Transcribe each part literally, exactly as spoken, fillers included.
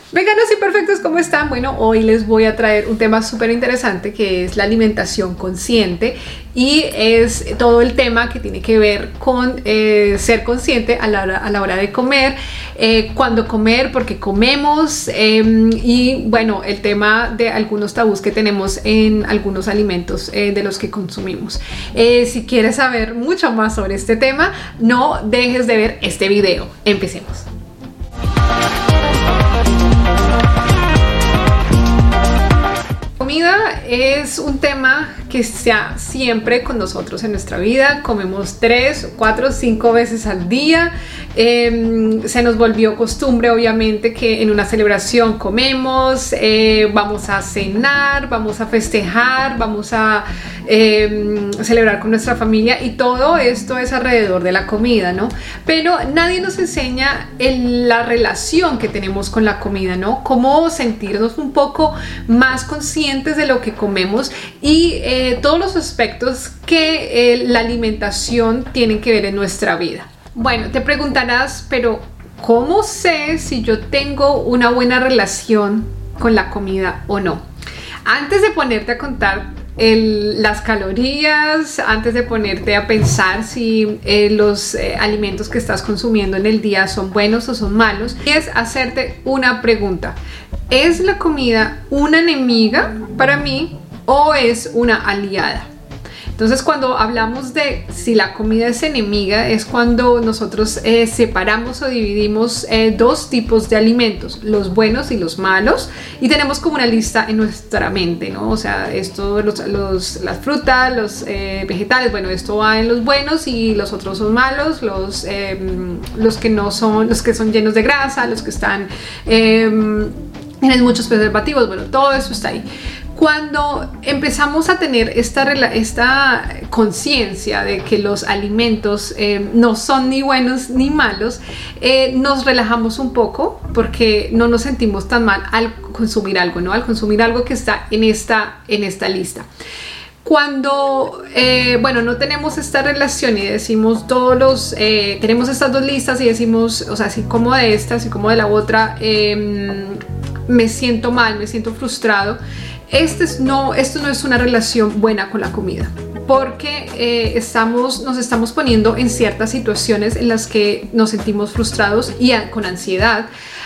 Veganos y perfectos, ¿cómo están? Bueno, hoy les voy a traer un tema súper interesante que es la alimentación consciente y es todo el tema que tiene que ver con eh, ser consciente a la hora, a la hora de comer, eh, cuándo comer, por qué comemos eh, y bueno, el tema de algunos tabús que tenemos en algunos alimentos eh, de los que consumimos. Eh, si quieres saber mucho más sobre este tema, no dejes de ver este video. Empecemos. Comida es un tema que está siempre con nosotros en nuestra vida. Comemos tres, cuatro, cinco veces al día. Eh, se nos volvió costumbre, obviamente, que en una celebración comemos, eh, vamos a cenar, vamos a festejar, vamos a eh, celebrar con nuestra familia y todo esto es alrededor de la comida, ¿no? Pero nadie nos enseña el, la relación que tenemos con la comida, ¿no? Cómo sentirnos un poco más conscientes de lo que comemos y eh, todos los aspectos que eh, la alimentación tiene que ver en nuestra vida. Bueno, te preguntarás, pero ¿cómo sé si yo tengo una buena relación con la comida o no? Antes de ponerte a contar el, las calorías, antes de ponerte a pensar si eh, los eh, alimentos que estás consumiendo en el día son buenos o son malos, es hacerte una pregunta. ¿Es la comida una enemiga para mí o es una aliada? Entonces, cuando hablamos de si la comida es enemiga, es cuando nosotros eh, separamos o dividimos eh, dos tipos de alimentos, los buenos y los malos, y tenemos como una lista en nuestra mente, ¿no? O sea, esto, los, los, las frutas, los eh, vegetales, bueno, esto va en los buenos y los otros son malos, los, eh, los que no son, los que son llenos de grasa, los que están, eh, tienen muchos preservativos, bueno, todo eso está ahí. Cuando empezamos a tener esta, esta conciencia de que los alimentos eh, no son ni buenos ni malos, eh, nos relajamos un poco porque no nos sentimos tan mal al consumir algo, ¿no? Al consumir algo que está en esta, en esta lista. Cuando, eh, bueno, no tenemos esta relación y decimos todos los, eh, tenemos estas dos listas y decimos, o sea, así como de esta, así como de la otra, eh, me siento mal, me siento frustrado. Este es no, esto no es una relación buena con la comida, porque eh, estamos, nos estamos poniendo en ciertas situaciones en las que nos sentimos frustrados y a, con ansiedad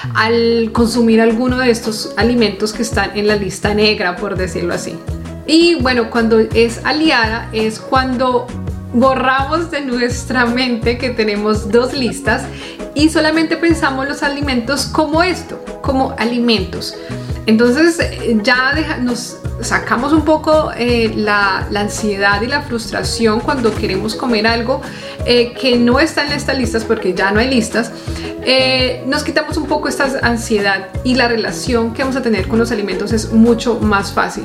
al consumir alguno de estos alimentos que están en la lista negra, por decirlo así. Y bueno, cuando es aliada es cuando borramos de nuestra mente que tenemos dos listas y solamente pensamos los alimentos como esto, como alimentos. Entonces ya deja, nos sacamos un poco eh, la, la ansiedad y la frustración cuando queremos comer algo eh, que no está en estas listas, porque ya no hay listas. Eh, nos quitamos un poco esta ansiedad y la relación que vamos a tener con los alimentos es mucho más fácil.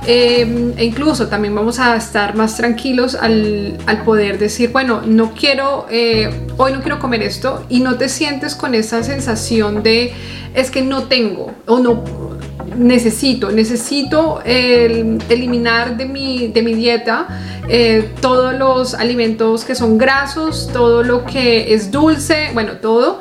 Eh, e incluso también vamos a estar más tranquilos al, al poder decir, bueno, no quiero, eh, hoy no quiero comer esto, y no te sientes con esa sensación de es que no tengo o no necesito, necesito eh, eliminar de mi, de mi dieta eh, todos los alimentos que son grasos, todo lo que es dulce, bueno, todo.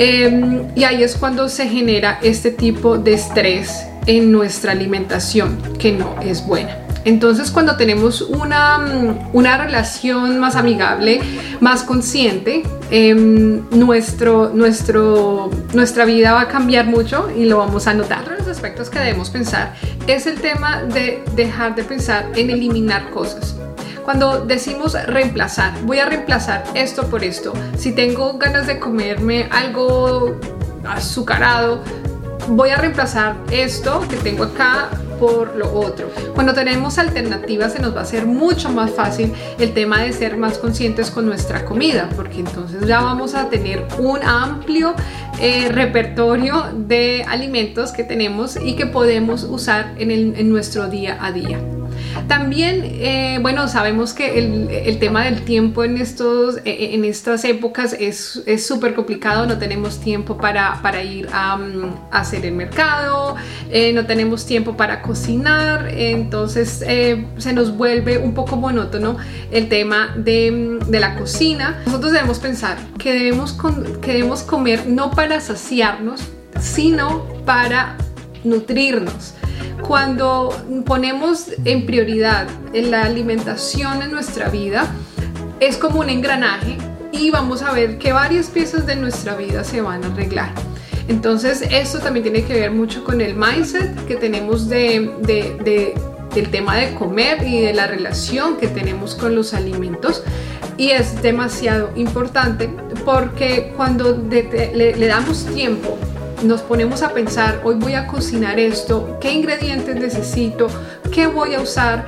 Eh, y ahí es cuando se genera este tipo de estrés en nuestra alimentación, que no es buena. Entonces, cuando tenemos una, una relación más amigable, más consciente, eh, nuestro, nuestro, nuestra vida va a cambiar mucho y lo vamos a notar. Otro de los aspectos que debemos pensar es el tema de dejar de pensar en eliminar cosas. Cuando decimos reemplazar, voy a reemplazar esto por esto. Si tengo ganas de comerme algo azucarado, voy a reemplazar esto que tengo acá por lo otro. Cuando tenemos alternativas se nos va a hacer mucho más fácil el tema de ser más conscientes con nuestra comida, porque entonces ya vamos a tener un amplio eh, repertorio de alimentos que tenemos y que podemos usar en, el, en nuestro día a día. También, eh, bueno, sabemos que el, el tema del tiempo en, estos, eh, en estas épocas es súper complicado. No tenemos tiempo para, para ir a, a hacer el mercado, eh, no tenemos tiempo para cocinar, entonces eh, se nos vuelve un poco monótono el tema de, de la cocina. Nosotros debemos pensar que debemos, con, que debemos comer no para saciarnos, sino para nutrirnos. Cuando ponemos en prioridad en la alimentación en nuestra vida, es como un engranaje y vamos a ver que varias piezas de nuestra vida se van a arreglar. Entonces esto también tiene que ver mucho con el mindset que tenemos de, de, de, del tema de comer y de la relación que tenemos con los alimentos. Y es demasiado importante porque cuando de, de, le, le damos tiempo, nos ponemos a pensar, hoy voy a cocinar esto, qué ingredientes necesito, qué voy a usar,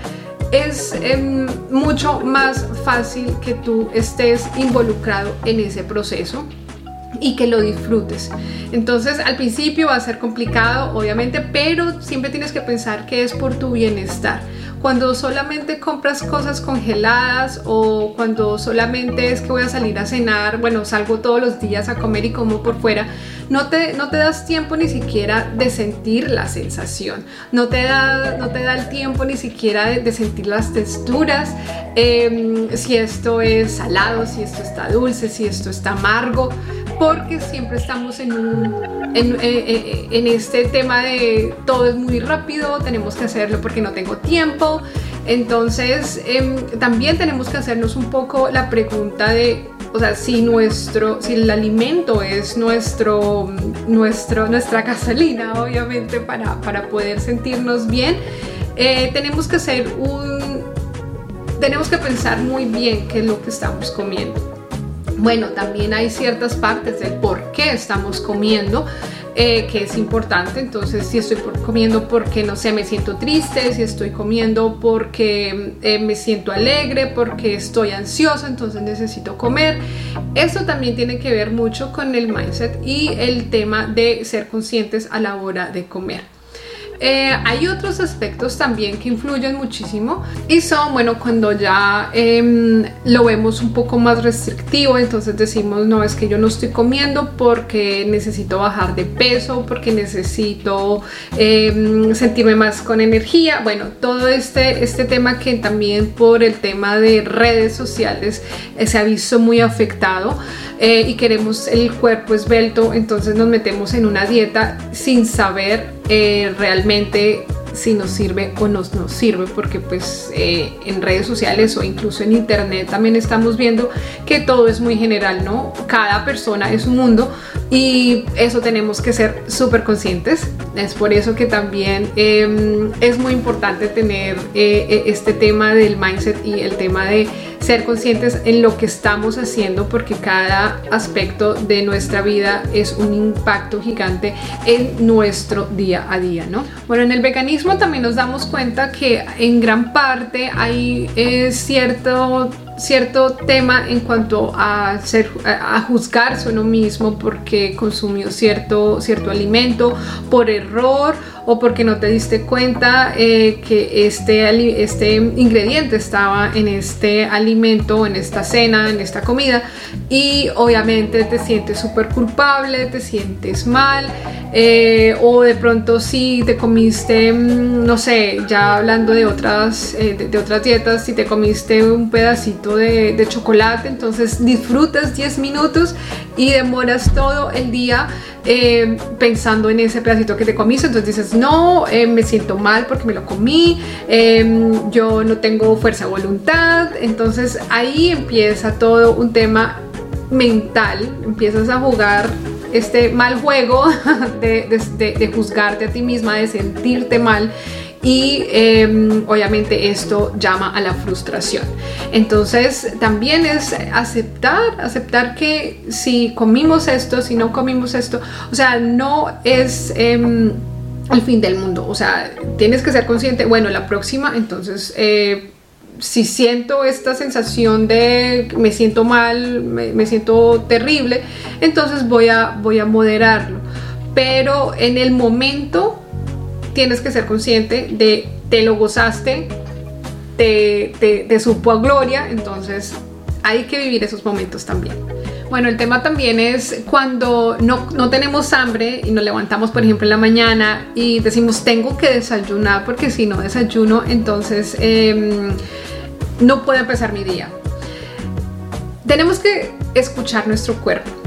es eh, mucho más fácil que tú estés involucrado en ese proceso y que lo disfrutes. Entonces al principio va a ser complicado, obviamente, pero siempre tienes que pensar que es por tu bienestar. Cuando solamente compras cosas congeladas o cuando solamente es que voy a salir a cenar, bueno, salgo todos los días a comer y como por fuera, no te, no te das tiempo ni siquiera de sentir la sensación, no te da, no te da el tiempo ni siquiera de, de sentir las texturas, eh, si esto es salado, si esto está dulce, si esto está amargo, porque siempre estamos en, un, en, en, en este tema de todo es muy rápido, tenemos que hacerlo porque no tengo tiempo. Entonces eh, también tenemos que hacernos un poco la pregunta de, o sea, si nuestro, si el alimento es nuestro, nuestro, nuestra gasolina, obviamente, para, para poder sentirnos bien, eh, tenemos que hacer un, tenemos que pensar muy bien qué es lo que estamos comiendo. Bueno, también hay ciertas partes del por qué estamos comiendo, eh, que es importante. Entonces, si estoy por, comiendo porque, no sé, me siento triste, si estoy comiendo porque eh, me siento alegre, porque estoy ansiosa, entonces necesito comer. Esto también tiene que ver mucho con el mindset y el tema de ser conscientes a la hora de comer. Eh, hay otros aspectos también que influyen muchísimo y son, bueno, cuando ya eh, lo vemos un poco más restrictivo, entonces decimos, no, es que yo no estoy comiendo porque necesito bajar de peso, porque necesito eh, sentirme más con energía. Bueno, todo este, este tema que también por el tema de redes sociales eh, se ha visto muy afectado. Eh, y queremos el cuerpo esbelto, entonces nos metemos en una dieta sin saber eh, realmente si nos sirve o no nos sirve, porque pues eh, en redes sociales o incluso en internet también estamos viendo que todo es muy general, ¿no? Cada persona es un mundo y eso tenemos que ser súper conscientes. Es por eso que también eh, es muy importante tener eh, este tema del mindset y el tema de ser conscientes en lo que estamos haciendo, porque cada aspecto de nuestra vida es un impacto gigante en nuestro día a día, ¿no? Bueno, en el veganismo también nos damos cuenta que en gran parte hay eh, cierto cierto tema en cuanto a, ser, a juzgarse a uno mismo porque consumió cierto, cierto alimento por error o porque no te diste cuenta eh, que este, este ingrediente estaba en este alimento, en esta cena, en esta comida, y obviamente te sientes súper culpable, te sientes mal, eh, o de pronto si te comiste, no sé, ya hablando de otras, eh, de, de otras dietas, si te comiste un pedacito de, de chocolate, entonces disfrutas diez minutos y demoras todo el día eh, pensando en ese pedacito que te comiste, entonces dices, no, eh, me siento mal porque me lo comí, eh, yo no tengo fuerza de voluntad. Entonces ahí empieza todo un tema mental, empiezas a jugar este mal juego de, de, de, de juzgarte a ti misma, de sentirte mal. Y eh, obviamente esto llama a la frustración. Entonces también es aceptar, aceptar que si comimos esto, si no comimos esto, o sea, no es eh, el fin del mundo. O sea, tienes que ser consciente, bueno, la próxima, entonces eh, si siento esta sensación de me siento mal, me, me siento terrible, entonces voy a, voy a moderarlo. Pero en el momento tienes que ser consciente de te lo gozaste, te, te, te supo a gloria, entonces hay que vivir esos momentos también. Bueno, el tema también es cuando no, no tenemos hambre y nos levantamos, por ejemplo, en la mañana y decimos tengo que desayunar porque si no desayuno, entonces eh, no puedo empezar mi día. Tenemos que escuchar nuestro cuerpo.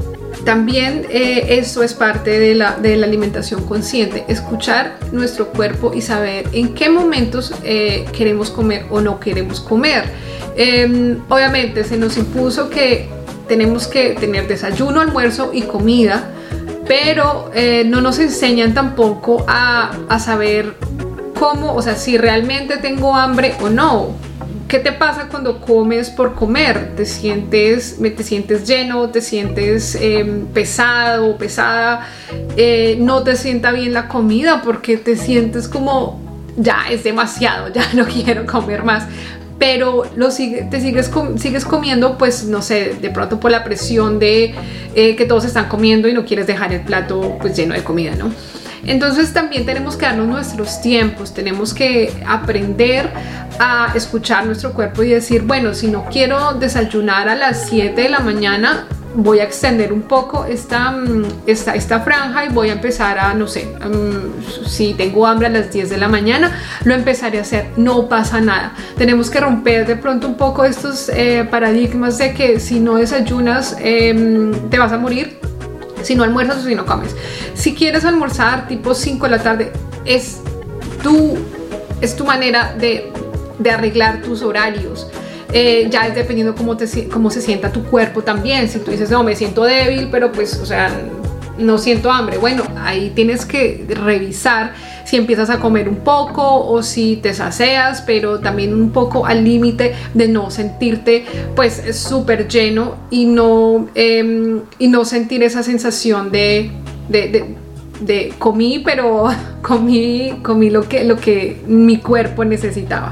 también eh, eso es parte de la, de la alimentación consciente, escuchar nuestro cuerpo y saber en qué momentos eh, queremos comer o no queremos comer. Eh, obviamente se nos impuso que tenemos que tener desayuno, almuerzo y comida, pero eh, no nos enseñan tampoco a, a saber cómo, o sea, si realmente tengo hambre o no. ¿Qué te pasa cuando comes por comer? ¿Te sientes, te sientes lleno? ¿Te sientes eh, pesado o pesada? Eh, ¿No te sienta bien la comida porque te sientes como ya es demasiado, ya no quiero comer más? Pero lo sigue, te sigues, com sigues comiendo, pues no sé, de pronto por la presión de eh, que todos están comiendo y no quieres dejar el plato pues lleno de comida, ¿no? Entonces también tenemos que darnos nuestros tiempos, tenemos que aprender a escuchar nuestro cuerpo y decir, bueno, si no quiero desayunar a las siete de la mañana, voy a extender un poco esta, esta, esta franja y voy a empezar a, no sé, um, si tengo hambre a las diez de la mañana, lo empezaré a hacer, no pasa nada. Tenemos que romper de pronto un poco estos eh, paradigmas de que si no desayunas eh, te vas a morir, si no almuerzas o si no comes. Si quieres almorzar tipo cinco de la tarde, es tu, es tu manera de, de arreglar tus horarios. Eh, ya es dependiendo cómo, te, cómo se sienta tu cuerpo también. Si tú dices, no, me siento débil, pero pues, o sea, no siento hambre. Bueno, ahí tienes que revisar si empiezas a comer un poco o si te sacias, pero también un poco al límite de no sentirte pues súper lleno y no, eh, y no sentir esa sensación de, de, de, de comí, pero comí, comí lo que, lo que mi cuerpo necesitaba.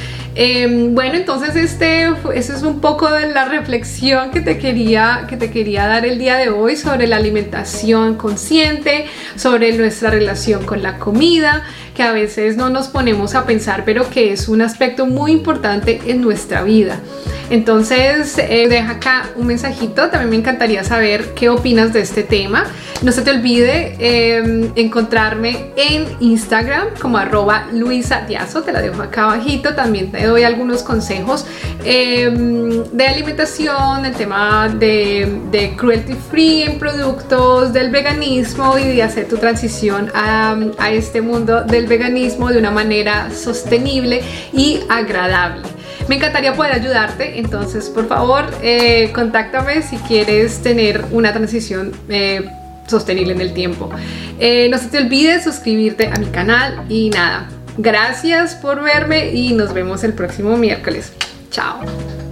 Eh, bueno, entonces este, eso es un poco de la reflexión que te, quería, que te quería dar el día de hoy sobre la alimentación consciente, sobre nuestra relación con la comida, que a veces no nos ponemos a pensar, pero que es un aspecto muy importante en nuestra vida. Entonces eh, deja acá un mensajito, también me encantaría saber qué opinas de este tema. No se te olvide eh, encontrarme en Instagram como arroba Luisa Diazo, te la dejo acá abajito. También te doy algunos consejos eh, de alimentación, el tema de, de cruelty free en productos, del veganismo y de hacer tu transición a, a este mundo del veganismo de una manera sostenible y agradable. Me encantaría poder ayudarte, entonces por favor eh, contáctame si quieres tener una transición eh, sostenible en el tiempo. Eh, no se te olvide suscribirte a mi canal y nada, gracias por verme y nos vemos el próximo miércoles. Chao.